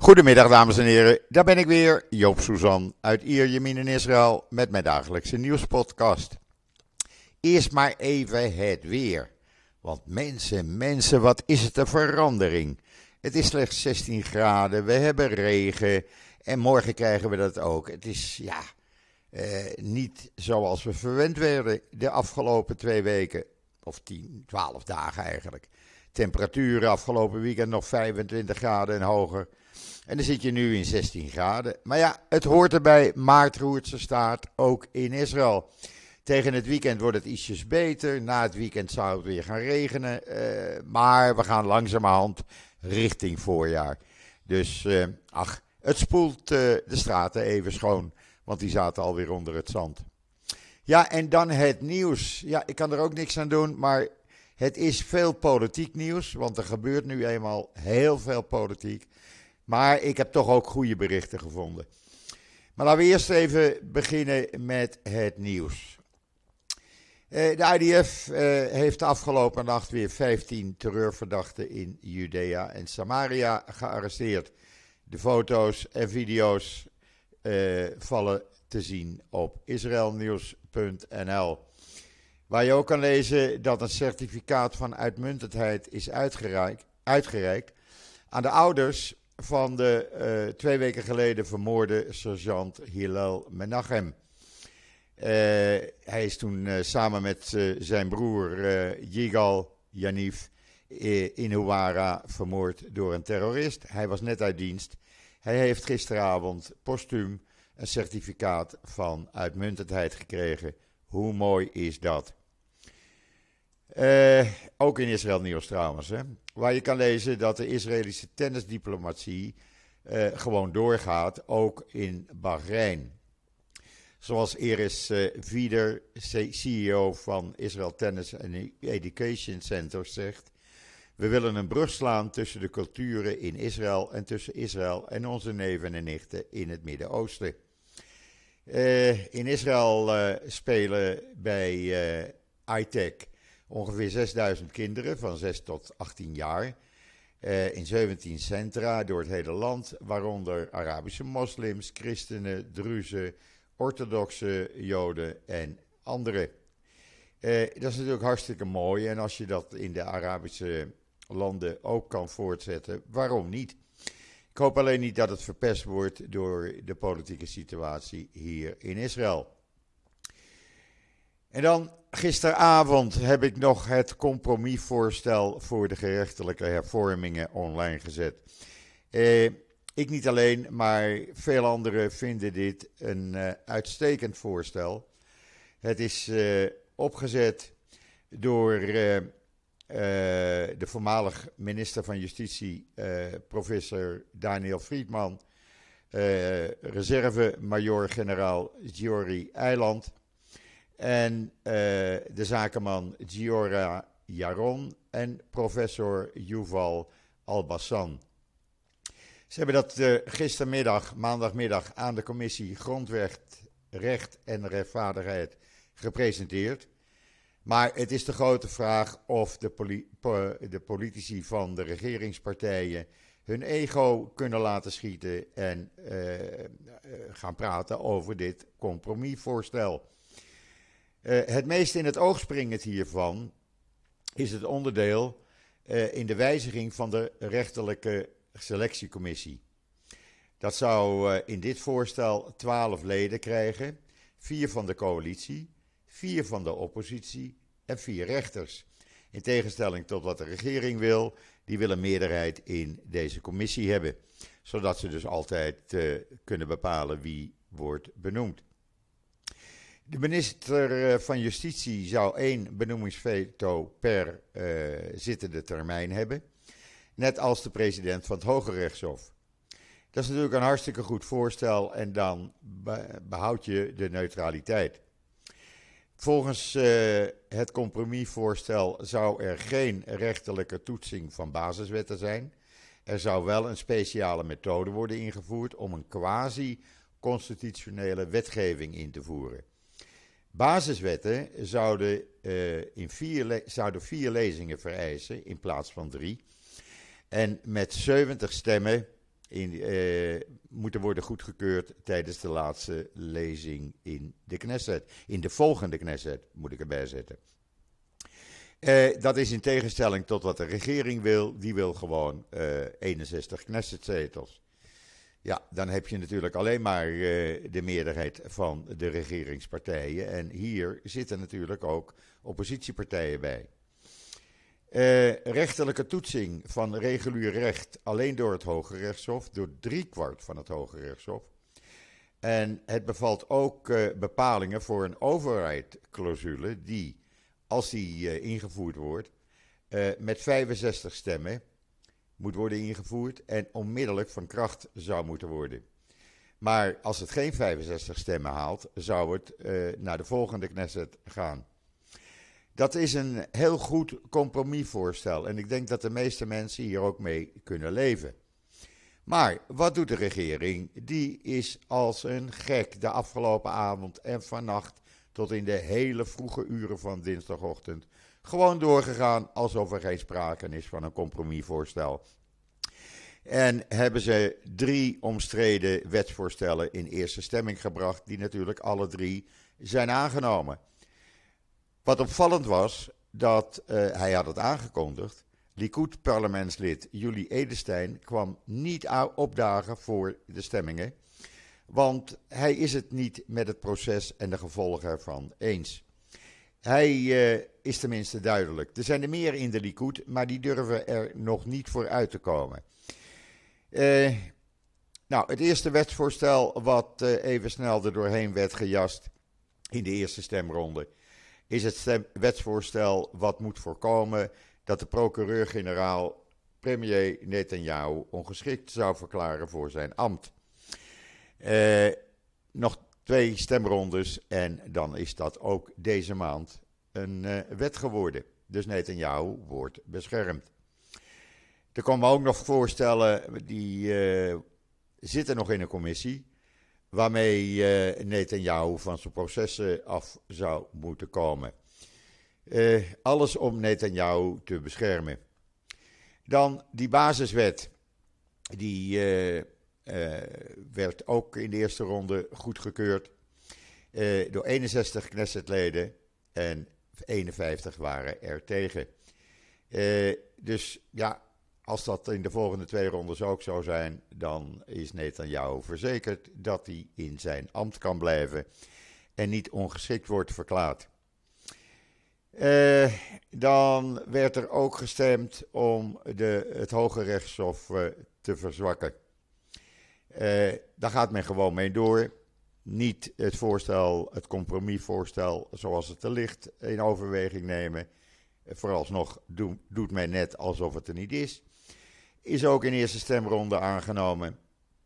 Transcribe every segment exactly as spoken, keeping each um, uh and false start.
Goedemiddag dames en heren, daar ben ik weer, Joop Suzan uit Ierjemien in Israël met mijn dagelijkse nieuwspodcast. Eerst maar even het weer, want mensen, mensen, wat is het een verandering. Het is slechts zestien graden, we hebben regen en morgen krijgen we dat ook. Het is ja, eh, niet zoals we verwend werden de afgelopen twee weken, of tien, twaalf dagen eigenlijk. Temperaturen afgelopen weekend nog vijfentwintig graden en hoger. En dan zit je nu in zestien graden. Maar ja, het hoort erbij. Maart roert zijn staart, ook in Israël. Tegen het weekend wordt het ietsjes beter. Na het weekend zou het weer gaan regenen. Uh, maar we gaan langzamerhand richting voorjaar. Dus, uh, ach, het spoelt uh, de straten even schoon. Want die zaten alweer onder het zand. Ja, en dan het nieuws. Ja, ik kan er ook niks aan doen, maar het is veel politiek nieuws. Want er gebeurt nu eenmaal heel veel politiek. Maar ik heb toch ook goede berichten gevonden. Maar laten we eerst even beginnen met het nieuws. Uh, de I D F uh, heeft de afgelopen nacht weer vijftien terreurverdachten in Judea en Samaria gearresteerd. De foto's en video's uh, vallen te zien op israelnieuws punt n l. Waar je ook kan lezen dat een certificaat van uitmuntendheid is uitgereikt, uitgereikt aan de ouders van de uh, twee weken geleden vermoorde sergeant Hillel Menachem. Uh, hij is toen uh, samen met uh, zijn broer uh, Yigal Yaniv uh, in Huwara vermoord door een terrorist. Hij was net uit dienst. Hij heeft gisteravond postuum een certificaat van uitmuntendheid gekregen. Hoe mooi is dat? Uh, ook in Israël nieuws trouwens, hè? Waar je kan lezen dat de Israëlische tennisdiplomatie uh, gewoon doorgaat, ook in Bahrein. Zoals Iris uh, Wieder, C E O van Israel Tennis and Education Center, zegt: we willen een brug slaan tussen de culturen in Israël en tussen Israël en onze neven en nichten in het Midden-Oosten. Uh, in Israël uh, spelen bij uh, I T E C ongeveer zesduizend kinderen van zes tot achttien jaar uh, in zeventien centra door het hele land, waaronder Arabische moslims, christenen, druzen, orthodoxe joden en anderen. Uh, dat is natuurlijk hartstikke mooi en als je dat in de Arabische landen ook kan voortzetten, waarom niet? Ik hoop alleen niet dat het verpest wordt door de politieke situatie hier in Israël. En dan gisteravond heb ik nog het compromisvoorstel voor de gerechtelijke hervormingen online gezet. Eh, ik niet alleen, maar veel anderen vinden dit een uh, uitstekend voorstel. Het is uh, opgezet door uh, uh, de voormalig minister van Justitie, uh, professor Daniel Friedman, uh, reserve-major-generaal Giori Eiland en uh, de zakenman Giora Yaron en professor Yuval Albassan. Ze hebben dat uh, gistermiddag, maandagmiddag, aan de commissie Grondwet, Recht en Rechtvaardigheid gepresenteerd. Maar het is de grote vraag of de, poli- po- de politici van de regeringspartijen hun ego kunnen laten schieten en uh, uh, gaan praten over dit compromisvoorstel. Uh, het meest in het oog springend hiervan is het onderdeel uh, in de wijziging van de rechterlijke selectiecommissie. Dat zou uh, in dit voorstel twaalf leden krijgen, vier van de coalitie, vier van de oppositie en vier rechters. In tegenstelling tot wat de regering wil, die wil een meerderheid in deze commissie hebben, zodat ze dus altijd uh, kunnen bepalen wie wordt benoemd. De minister van Justitie zou één benoemingsveto per uh, zittende termijn hebben, net als de president van het Hoge Rechtshof. Dat is natuurlijk een hartstikke goed voorstel en dan behoud je de neutraliteit. Volgens uh, het compromisvoorstel zou er geen rechterlijke toetsing van basiswetten zijn. Er zou wel een speciale methode worden ingevoerd om een quasi-constitutionele wetgeving in te voeren. Basiswetten zouden, uh, in vier le- zouden vier lezingen vereisen in plaats van drie. En met zeventig stemmen in, uh, moeten worden goedgekeurd tijdens de laatste lezing in de Knesset. In de volgende Knesset, moet ik erbij zetten. Uh, dat is in tegenstelling tot wat de regering wil. Die wil gewoon uh, eenenzestig Knessetzetels. Ja, dan heb je natuurlijk alleen maar uh, de meerderheid van de regeringspartijen. En hier zitten natuurlijk ook oppositiepartijen bij. Uh, rechterlijke toetsing van regulier recht alleen door het Hoge Rechtshof, door driekwart van het Hoge Rechtshof. En het bevat ook uh, bepalingen voor een override-clausule die, als die uh, ingevoerd wordt, uh, met vijfenzestig stemmen moet worden ingevoerd en onmiddellijk van kracht zou moeten worden. Maar als het geen vijfenzestig stemmen haalt, zou het uh, naar de volgende Knesset gaan. Dat is een heel goed compromisvoorstel en ik denk dat de meeste mensen hier ook mee kunnen leven. Maar wat doet de regering? Die is als een gek de afgelopen avond en vannacht tot in de hele vroege uren van dinsdagochtend gewoon doorgegaan alsof er geen sprake is van een compromisvoorstel. En hebben ze drie omstreden wetsvoorstellen in eerste stemming gebracht, die natuurlijk alle drie zijn aangenomen. Wat opvallend was, dat uh, hij had het aangekondigd, Likud-parlementslid Julie Edelstein kwam niet opdagen voor de stemmingen, want hij is het niet met het proces en de gevolgen ervan eens. Hij uh, is tenminste duidelijk. Er zijn er meer in de Likud, maar die durven er nog niet voor uit te komen. Uh, nou, het eerste wetsvoorstel wat uh, even snel er doorheen werd gejast in de eerste stemronde, is het stem- wetsvoorstel wat moet voorkomen dat de procureur-generaal premier Netanyahu ongeschikt zou verklaren voor zijn ambt. Uh, nog twee stemrondes en dan is dat ook deze maand een uh, wet geworden. Dus Netanyahu wordt beschermd. Er komen ook nog voorstellen, die uh, zitten nog in een commissie, waarmee uh, Netanyahu van zijn processen af zou moeten komen. Uh, alles om Netanyahu te beschermen. Dan die basiswet, die uh, uh, werd ook in de eerste ronde goedgekeurd uh, door eenenzestig Knessetleden en eenenvijftig waren er tegen. Uh, dus ja, als dat in de volgende twee rondes ook zou zijn, dan is Netanyahu verzekerd dat hij in zijn ambt kan blijven en niet ongeschikt wordt verklaard. Uh, dan werd er ook gestemd om de, het Hoge Rechtshof uh, te verzwakken. Uh, daar gaat men gewoon mee door. Niet het voorstel, het compromisvoorstel zoals het er ligt in overweging nemen. Vooralsnog do, doet men net alsof het er niet is. Is ook in eerste stemronde aangenomen.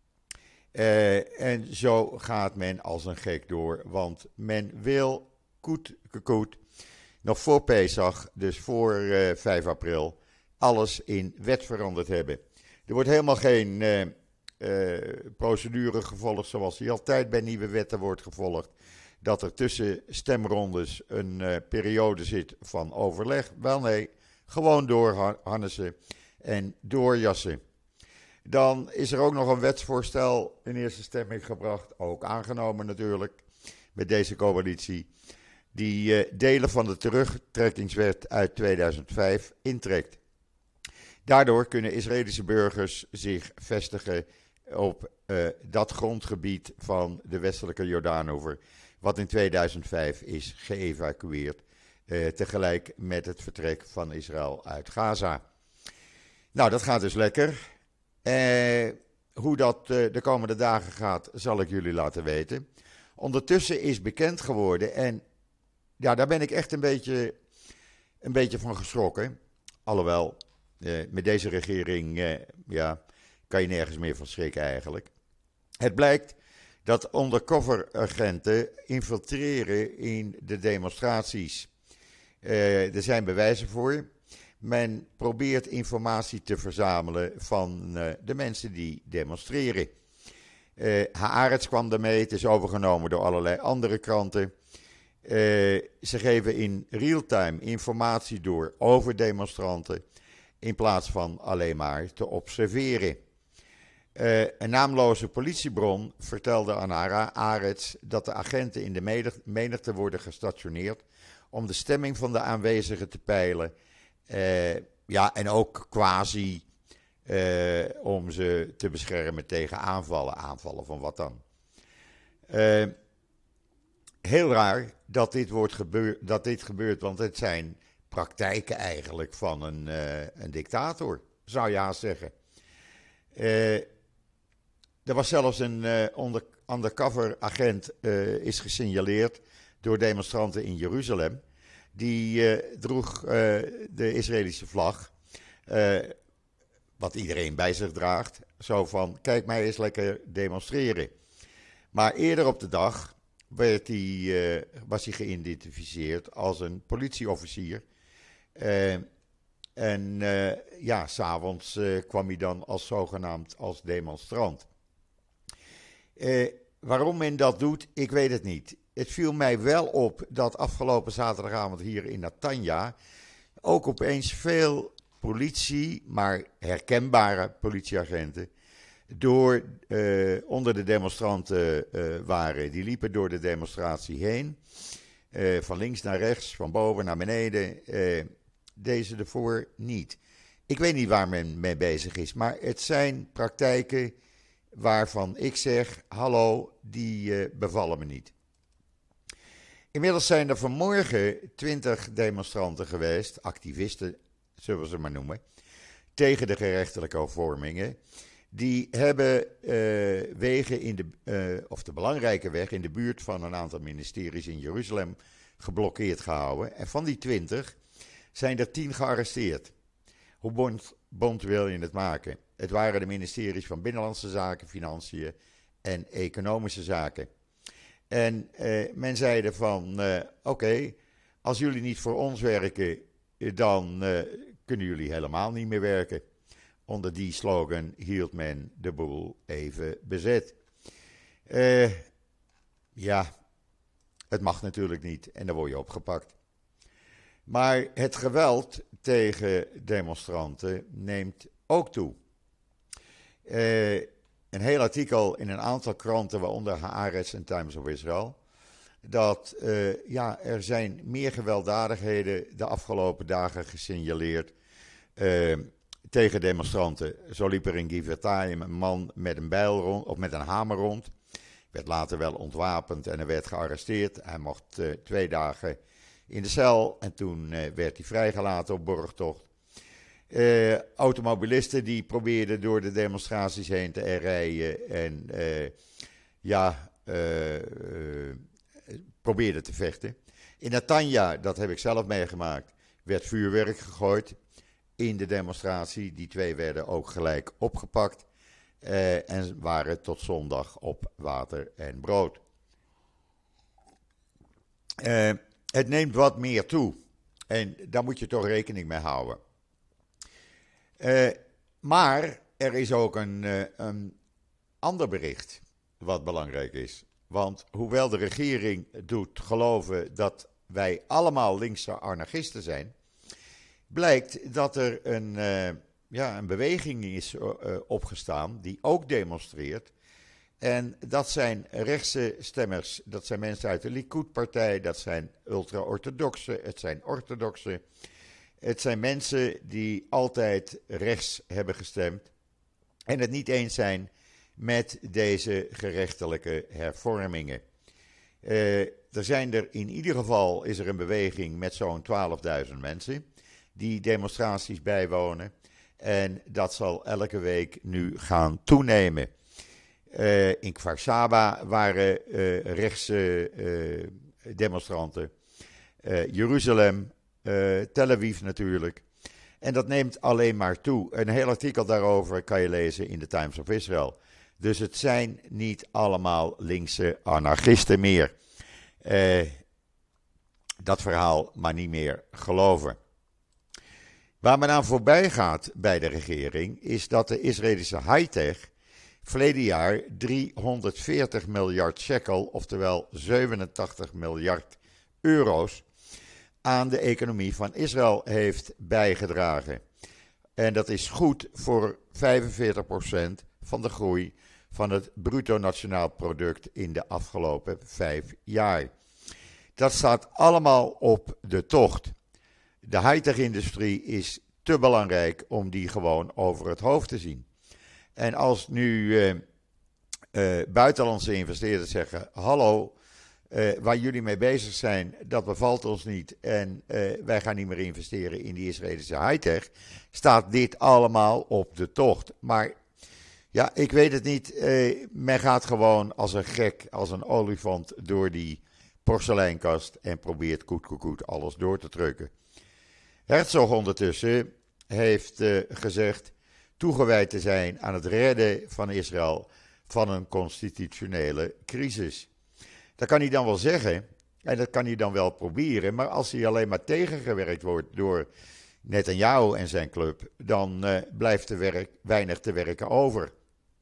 Uh, en zo gaat men als een gek door, want men wil koet, koet, nog voor Pesach, dus voor uh, vijf april, alles in wet veranderd hebben. Er wordt helemaal geen uh, uh, procedure gevolgd zoals die altijd bij nieuwe wetten wordt gevolgd. Dat er tussen stemrondes een uh, periode zit van overleg. Wel nee, gewoon doorharnessen en doorjassen. Dan is er ook nog een wetsvoorstel in eerste stemming gebracht, ook aangenomen natuurlijk, met deze coalitie, die uh, delen van de terugtrekkingswet uit tweeduizend vijf intrekt. Daardoor kunnen Israëlische burgers zich vestigen op uh, dat grondgebied van de westelijke Jordaanoever, wat in tweeduizend vijf is geëvacueerd, uh, tegelijk met het vertrek van Israël uit Gaza. Nou, dat gaat dus lekker. Uh, hoe dat uh, de komende dagen gaat, zal ik jullie laten weten. Ondertussen is bekend geworden, en ja, daar ben ik echt een beetje, een beetje van geschrokken. Alhoewel, uh, met deze regering uh, ja, kan je nergens meer van schrikken eigenlijk. Het blijkt dat undercover agenten infiltreren in de demonstraties. Uh, er zijn bewijzen voor. Men probeert informatie te verzamelen van uh, de mensen die demonstreren. Uh, Haaretz kwam daarmee, het is overgenomen door allerlei andere kranten. Uh, ze geven in real-time informatie door over demonstranten, in plaats van alleen maar te observeren. Uh, een naamloze politiebron vertelde aan Haaretz dat de agenten in de menigte worden gestationeerd om de stemming van de aanwezigen te peilen. Uh, ja, en ook quasi uh, om ze te beschermen tegen aanvallen. Aanvallen van wat dan? Uh, heel raar dat dit, wordt gebeur, dat dit gebeurt, want het zijn praktijken eigenlijk van een, uh, een dictator, zou je haast zeggen. Uh, er was zelfs een uh, onder, undercover agent uh, is gesignaleerd door demonstranten in Jeruzalem. Die uh, droeg uh, de Israëlische vlag, uh, wat iedereen bij zich draagt. Zo van, kijk mij eens lekker demonstreren. Maar eerder op de dag werd hij, uh, was hij geïdentificeerd als een politieofficier. Uh, en uh, ja, s'avonds uh, kwam hij dan als zogenaamd als demonstrant. Uh, waarom men dat doet, ik weet het niet. Het viel mij wel op dat afgelopen zaterdagavond hier in Netanya ook opeens veel politie, maar herkenbare politieagenten, door, uh, onder de demonstranten uh, waren. Die liepen door de demonstratie heen, uh, van links naar rechts, van boven naar beneden. Uh, deze ervoor niet. Ik weet niet waar men mee bezig is, maar het zijn praktijken waarvan ik zeg, hallo, die uh, bevallen me niet. Inmiddels zijn er vanmorgen twintig demonstranten geweest, activisten zullen we ze maar noemen, tegen de gerechtelijke hervormingen. Die hebben uh, wegen in de, uh, of de belangrijke weg in de buurt van een aantal ministeries in Jeruzalem geblokkeerd gehouden. En van die twintig zijn er tien gearresteerd. Hoe bond, bond wil je het maken? Het waren de ministeries van Binnenlandse Zaken, Financiën en Economische Zaken. En uh, men zeide van, uh, oké, okay, als jullie niet voor ons werken, dan uh, kunnen jullie helemaal niet meer werken. Onder die slogan hield men de boel even bezet. Uh, ja, het mag natuurlijk niet en dan word je opgepakt. Maar het geweld tegen demonstranten neemt ook toe. Uh, een heel artikel in een aantal kranten, waaronder Haaretz en Times of Israel, dat uh, ja, er zijn meer gewelddadigheden de afgelopen dagen gesignaleerd uh, tegen demonstranten. Zo liep er in Givatayim een man met een bijl rond, of met een hamer rond. Werd later wel ontwapend en hij werd gearresteerd. Hij mocht uh, twee dagen in de cel en toen uh, werd hij vrijgelaten op borgtocht. Uh, automobilisten die probeerden door de demonstraties heen te rijden en uh, ja, uh, uh, probeerden te vechten. In Netanya, dat heb ik zelf meegemaakt, werd vuurwerk gegooid in de demonstratie. Die twee werden ook gelijk opgepakt uh, en waren tot zondag op water en brood. Uh, het neemt wat meer toe en daar moet je toch rekening mee houden. Uh, maar er is ook een, uh, een ander bericht wat belangrijk is. Want hoewel de regering doet geloven dat wij allemaal linkse anarchisten zijn, blijkt dat er een, uh, ja, een beweging is uh, opgestaan die ook demonstreert. En dat zijn rechtse stemmers, dat zijn mensen uit de Likud-partij, dat zijn ultra-orthodoxen, het zijn orthodoxen. Het zijn mensen die altijd rechts hebben gestemd en het niet eens zijn met deze gerechtelijke hervormingen. Uh, er zijn er in ieder geval, is er een beweging met zo'n twaalfduizend mensen die demonstraties bijwonen. En dat zal elke week nu gaan toenemen. Uh, in Kfar Saba waren uh, rechtse uh, demonstranten. Uh, Jeruzalem, uh, Tel Aviv natuurlijk. En dat neemt alleen maar toe. Een heel artikel daarover kan je lezen in de Times of Israel. Dus het zijn niet allemaal linkse anarchisten meer. Uh, dat verhaal maar niet meer geloven. Waar men aan voorbij gaat bij de regering is dat de Israëlische high-tech verleden jaar driehonderdveertig miljard shekel, oftewel zevenentachtig miljard euro's, aan de economie van Israël heeft bijgedragen. En dat is goed voor vijfenveertig procent van de groei van het bruto nationaal product in de afgelopen vijf jaar. Dat staat allemaal op de tocht. De high-tech-industrie is te belangrijk om die gewoon over het hoofd te zien. En als nu uh, uh, buitenlandse investeerders zeggen: hallo, uh, waar jullie mee bezig zijn, dat bevalt ons niet en uh, wij gaan niet meer investeren in die Israëlische high-tech, staat dit allemaal op de tocht. Maar ja, ik weet het niet. Uh, men gaat gewoon als een gek, als een olifant door die porseleinkast en probeert koet koet koet alles door te drukken. Herzog ondertussen heeft uh, gezegd toegewijd te zijn aan het redden van Israël van een constitutionele crisis. Dat kan hij dan wel zeggen en dat kan hij dan wel proberen, maar als hij alleen maar tegengewerkt wordt door Netanyahu en zijn club, dan uh, blijft er werk, weinig te werken over.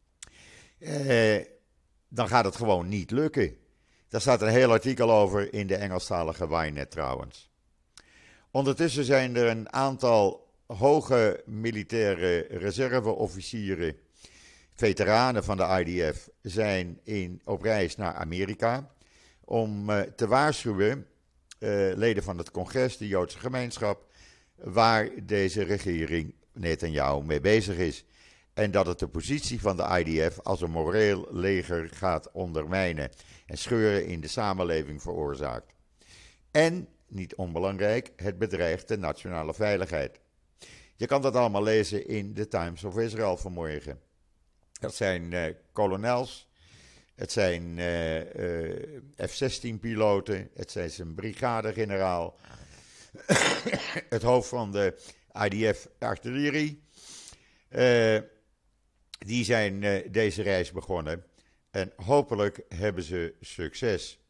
Uh, dan gaat het gewoon niet lukken. Daar staat een heel artikel over in de Engelstalige Ynet trouwens. Ondertussen zijn er een aantal hoge militaire reserveofficieren, veteranen van de I D F, zijn in, op reis naar Amerika om uh, te waarschuwen, uh, leden van het congres, de Joodse gemeenschap, waar deze regering Netanyahu mee bezig is. En dat het de positie van de I D F als een moreel leger gaat ondermijnen en scheuren in de samenleving veroorzaakt. En, niet onbelangrijk, het bedreigt de nationale veiligheid. Je kan dat allemaal lezen in de Times of Israel vanmorgen. Dat zijn uh, kolonels, het zijn uh, uh, F zestien piloten, het zijn zijn brigadegeneraal, het hoofd van de I D F artillerie. Uh, die zijn uh, deze reis begonnen en hopelijk hebben ze succes.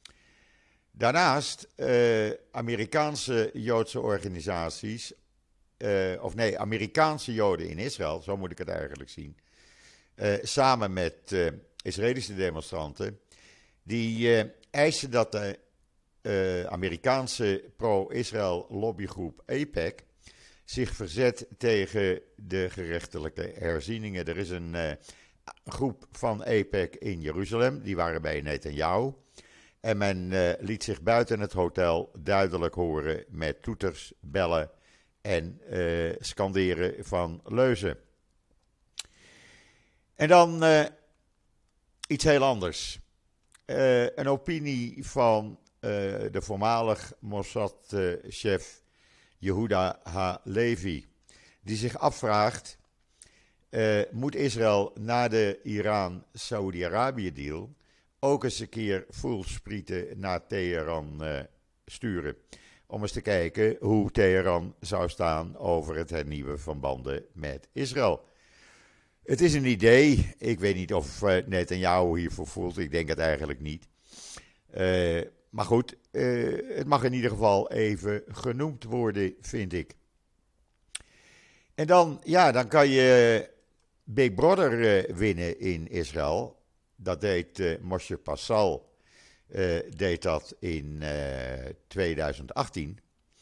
Daarnaast uh, Amerikaanse Joodse organisaties, uh, of nee, Amerikaanse Joden in Israël, zo moet ik het eigenlijk zien, uh, samen met uh, Israëlische demonstranten, die uh, eisen dat de uh, Amerikaanse pro-Israël lobbygroep AIPAC zich verzet tegen de gerechtelijke herzieningen. Er is een uh, groep van AIPAC in Jeruzalem, die waren bij Netanyahu. En men uh, liet zich buiten het hotel duidelijk horen met toeters, bellen en uh, scanderen van leuzen. En dan uh, iets heel anders. Uh, een opinie van uh, de voormalig Mossad-chef Yehuda Halevi, die zich afvraagt, uh, moet Israël na de Iran-Saudi-Arabië-deal ook eens een keer voelsprieten naar Teheran uh, sturen. Om eens te kijken hoe Teheran zou staan over het hernieuwen van banden met Israël. Het is een idee. Ik weet niet of uh, Netanyahu hiervoor voelt. Ik denk het eigenlijk niet. Uh, maar goed, uh, het mag in ieder geval even genoemd worden, vind ik. En dan, ja, dan kan je Big Brother uh, winnen in Israël. Dat deed uh, Moshe Passal, uh, deed dat in uh, tweeduizend achttien.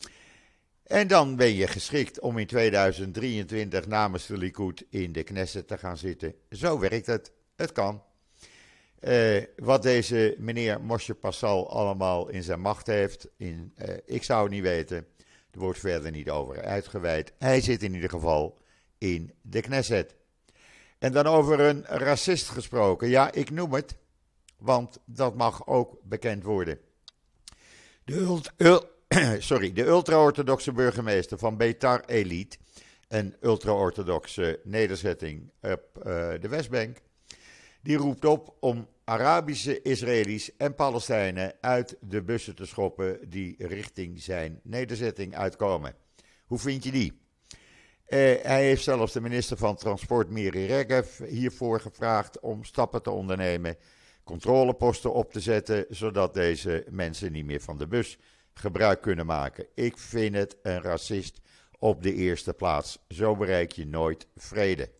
En dan ben je geschikt om in tweeduizend drieëntwintig namens de Likud in de Knesset te gaan zitten. Zo werkt het. Het kan. Uh, wat deze meneer Moshe Passal allemaal in zijn macht heeft, in, uh, ik zou het niet weten. Er wordt verder niet over uitgeweid. Hij zit in ieder geval in de Knesset. En dan over een racist gesproken. Ja, ik noem het, want dat mag ook bekend worden. De, ult, ul, sorry, de ultra-orthodoxe burgemeester van Beitar Elite, een ultra-orthodoxe nederzetting op uh, de Westbank, die roept op om Arabische Israëli's en Palestijnen uit de bussen te schoppen die richting zijn nederzetting uitkomen. Hoe vind je die? Uh, hij heeft zelfs de minister van Transport Miri Regev hiervoor gevraagd om stappen te ondernemen, controleposten op te zetten, zodat deze mensen niet meer van de bus gebruik kunnen maken. Ik vind het een racist op de eerste plaats. Zo bereik je nooit vrede.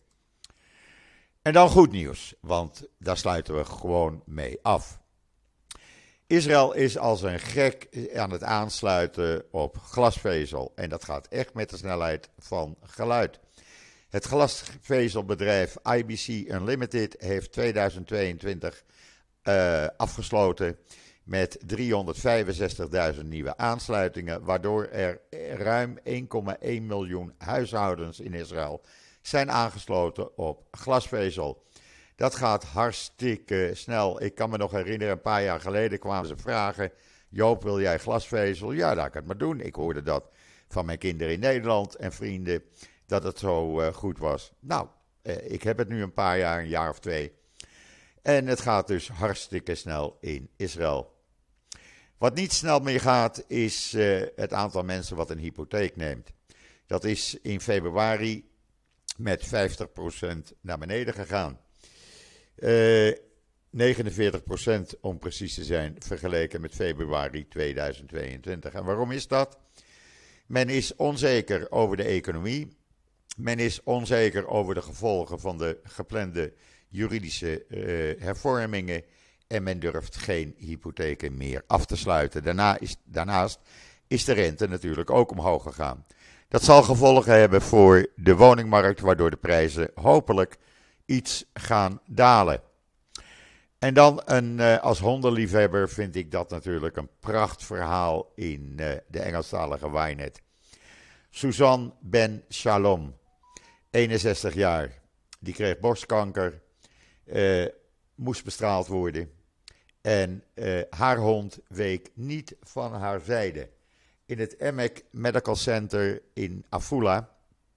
En dan goed nieuws, want daar sluiten we gewoon mee af. Israël is als een gek aan het aansluiten op glasvezel. En dat gaat echt met de snelheid van geluid. Het glasvezelbedrijf I B C Unlimited heeft tweeduizend tweeëntwintig uh, afgesloten met driehonderdvijfenzestigduizend nieuwe aansluitingen, waardoor er ruim één komma één miljoen huishoudens in Israël zijn aangesloten op glasvezel. Dat gaat hartstikke snel. Ik kan me nog herinneren, een paar jaar geleden kwamen ze vragen: Joop, wil jij glasvezel? Ja, laat ik het maar doen. Ik hoorde dat van mijn kinderen in Nederland en vrienden, dat het zo uh, goed was. Nou, uh, ik heb het nu een paar jaar, een jaar of twee. En het gaat dus hartstikke snel in Israël. Wat niet snel meer gaat, is uh, het aantal mensen wat een hypotheek neemt. Dat is in februari met vijftig procent naar beneden gegaan. Uh, negenenveertig procent om precies te zijn, vergeleken met februari tweeduizend tweeëntwintig. En waarom is dat? Men is onzeker over de economie. Men is onzeker over de gevolgen van de geplande juridische uh, hervormingen. En men durft geen hypotheken meer af te sluiten. Daarna is, daarnaast is de rente natuurlijk ook omhoog gegaan. Dat zal gevolgen hebben voor de woningmarkt, waardoor de prijzen hopelijk iets gaan dalen. En dan een, uh, als hondenliefhebber vind ik dat natuurlijk een prachtverhaal in uh, de Engelstalige Ynet. Suzanne Ben Shalom, eenenzestig jaar, die kreeg borstkanker, uh, moest bestraald worden. En uh, haar hond week niet van haar zijde. In het Emek Medical Center in Afula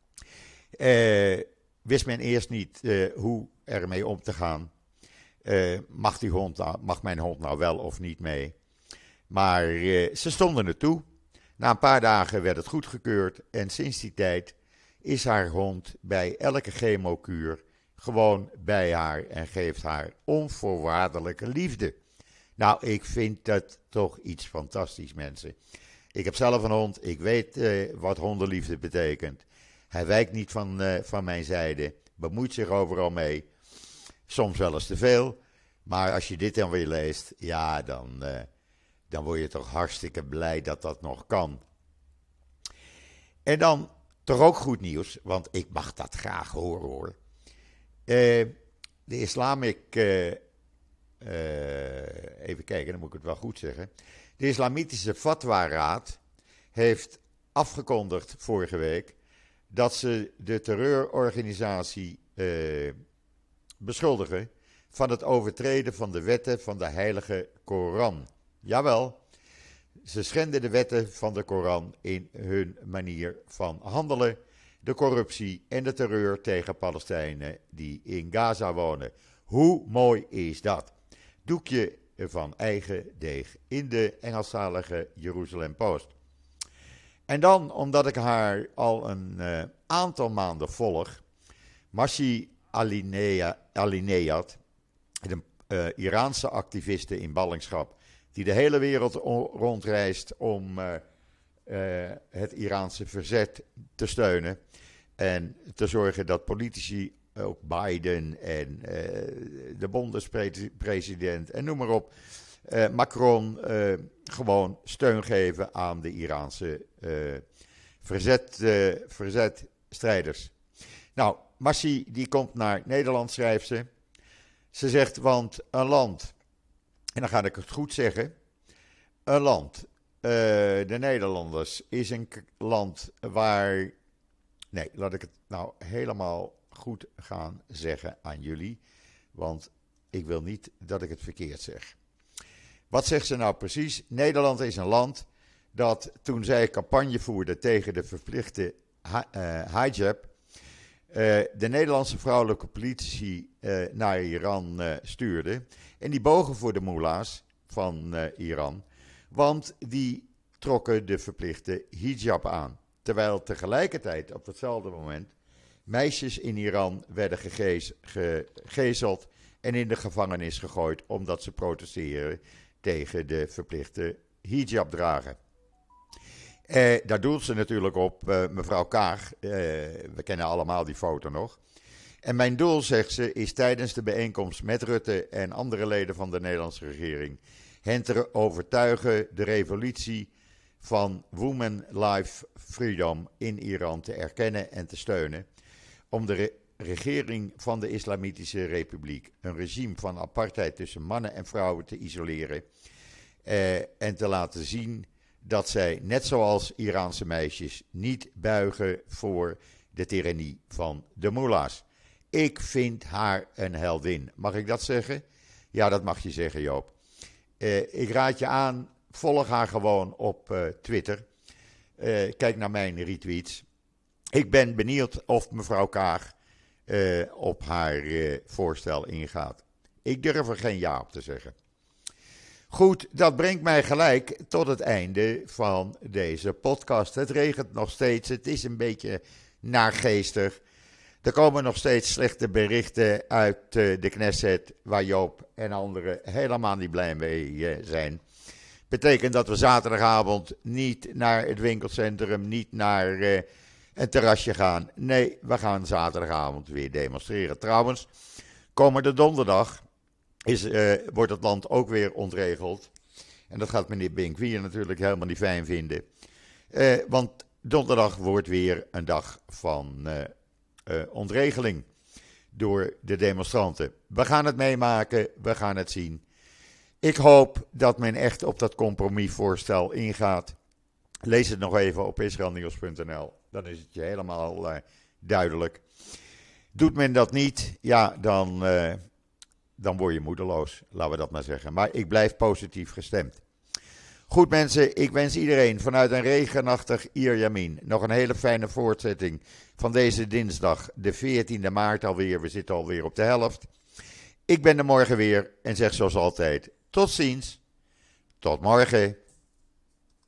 uh, wist men eerst niet uh, hoe ermee om te gaan. Uh, mag, die hond nou, mag mijn hond nou wel of niet mee? Maar uh, ze stonden er toe. Na een paar dagen werd het goedgekeurd. En sinds die tijd is haar hond bij elke chemokuur gewoon bij haar en geeft haar onvoorwaardelijke liefde. Nou, ik vind dat toch iets fantastisch, mensen. Ik heb zelf een hond. Ik weet uh, wat hondenliefde betekent. Hij wijkt niet van, uh, van mijn zijde. Bemoeit zich overal mee. Soms wel eens te veel. Maar als je dit dan weer leest, ja, dan, uh, dan word je toch hartstikke blij dat dat nog kan. En dan toch ook goed nieuws, want ik mag dat graag horen hoor. Uh, de Islamic, uh, uh, even kijken, dan moet ik het wel goed zeggen. De Islamitische Fatwa-raad heeft afgekondigd vorige week dat ze de terreurorganisatie uh, beschuldigen van het overtreden van de wetten van de heilige Koran. Jawel, ze schenden de wetten van de Koran in hun manier van handelen, de corruptie en de terreur tegen Palestijnen die in Gaza wonen. Hoe mooi is dat? Doekje van eigen deeg in de Engelstalige Jeruzalem Post. En dan, omdat ik haar al een uh, aantal maanden volg, Masih Alinejad, een uh, Iraanse activiste in ballingschap, die de hele wereld rondreist om uh, uh, het Iraanse verzet te steunen en te zorgen dat politici, ook Biden en uh, de bondespresident en noem maar op, uh, Macron, uh, gewoon steun geven aan de Iraanse uh, verzet, uh, verzetstrijders. Nou, Masih die komt naar Nederland, schrijft ze. Ze zegt, want een land, en dan ga ik het goed zeggen, een land, uh, de Nederlanders, is een k- land waar, nee, laat ik het nou helemaal goed gaan zeggen aan jullie, want ik wil niet dat ik het verkeerd zeg. Wat zegt ze nou precies? Nederland is een land dat toen zij campagne voerde tegen de verplichte uh, hijab, Uh, de Nederlandse vrouwelijke politici uh, naar Iran uh, stuurde. En die bogen voor de mullahs van uh, Iran. Want die trokken de verplichte hijab aan. Terwijl tegelijkertijd op hetzelfde moment meisjes in Iran werden gegees, gegezeld en in de gevangenis gegooid omdat ze protesteren tegen de verplichte hijab dragen. Eh, daar doelt ze natuurlijk op uh, mevrouw Kaag. Uh, we kennen allemaal die foto nog. En mijn doel, zegt ze, is tijdens de bijeenkomst met Rutte en andere leden van de Nederlandse regering hen te overtuigen de revolutie van Women Life Freedom in Iran te erkennen en te steunen. om de re- regering van de Islamitische Republiek een regime van apartheid tussen mannen en vrouwen te isoleren eh, en te laten zien dat zij, net zoals Iraanse meisjes, niet buigen voor de tirannie van de mullahs. Ik vind haar een heldin. Mag ik dat zeggen? Ja, dat mag je zeggen, Joop. Uh, ik raad je aan, volg haar gewoon op uh, Twitter. Uh, kijk naar mijn retweets. Ik ben benieuwd of mevrouw Kaag uh, op haar uh, voorstel ingaat. Ik durf er geen ja op te zeggen. Goed, dat brengt mij gelijk tot het einde van deze podcast. Het regent nog steeds, het is een beetje naargeestig. Er komen nog steeds slechte berichten uit uh, de Knesset, waar Joop en anderen helemaal niet blij mee uh, zijn. Betekent dat we zaterdagavond niet naar het winkelcentrum, niet naar uh, een terrasje gaan. Nee, we gaan zaterdagavond weer demonstreren. Trouwens, komende donderdag is, uh, wordt het land ook weer ontregeld. En dat gaat meneer Binkwier natuurlijk helemaal niet fijn vinden. Uh, want donderdag wordt weer een dag van uh, uh, ontregeling door de demonstranten. We gaan het meemaken, we gaan het zien. Ik hoop dat men echt op dat compromisvoorstel ingaat. Lees het nog even op israelnieuws punt n l. Dan is het je helemaal uh, duidelijk. Doet men dat niet, ja, dan, uh, dan word je moedeloos. Laten we dat maar zeggen. Maar ik blijf positief gestemd. Goed mensen, ik wens iedereen vanuit een regenachtig Ierjemien nog een hele fijne voortzetting van deze dinsdag, de veertiende maart alweer. We zitten alweer op de helft. Ik ben er morgen weer en zeg zoals altijd, tot ziens, tot morgen.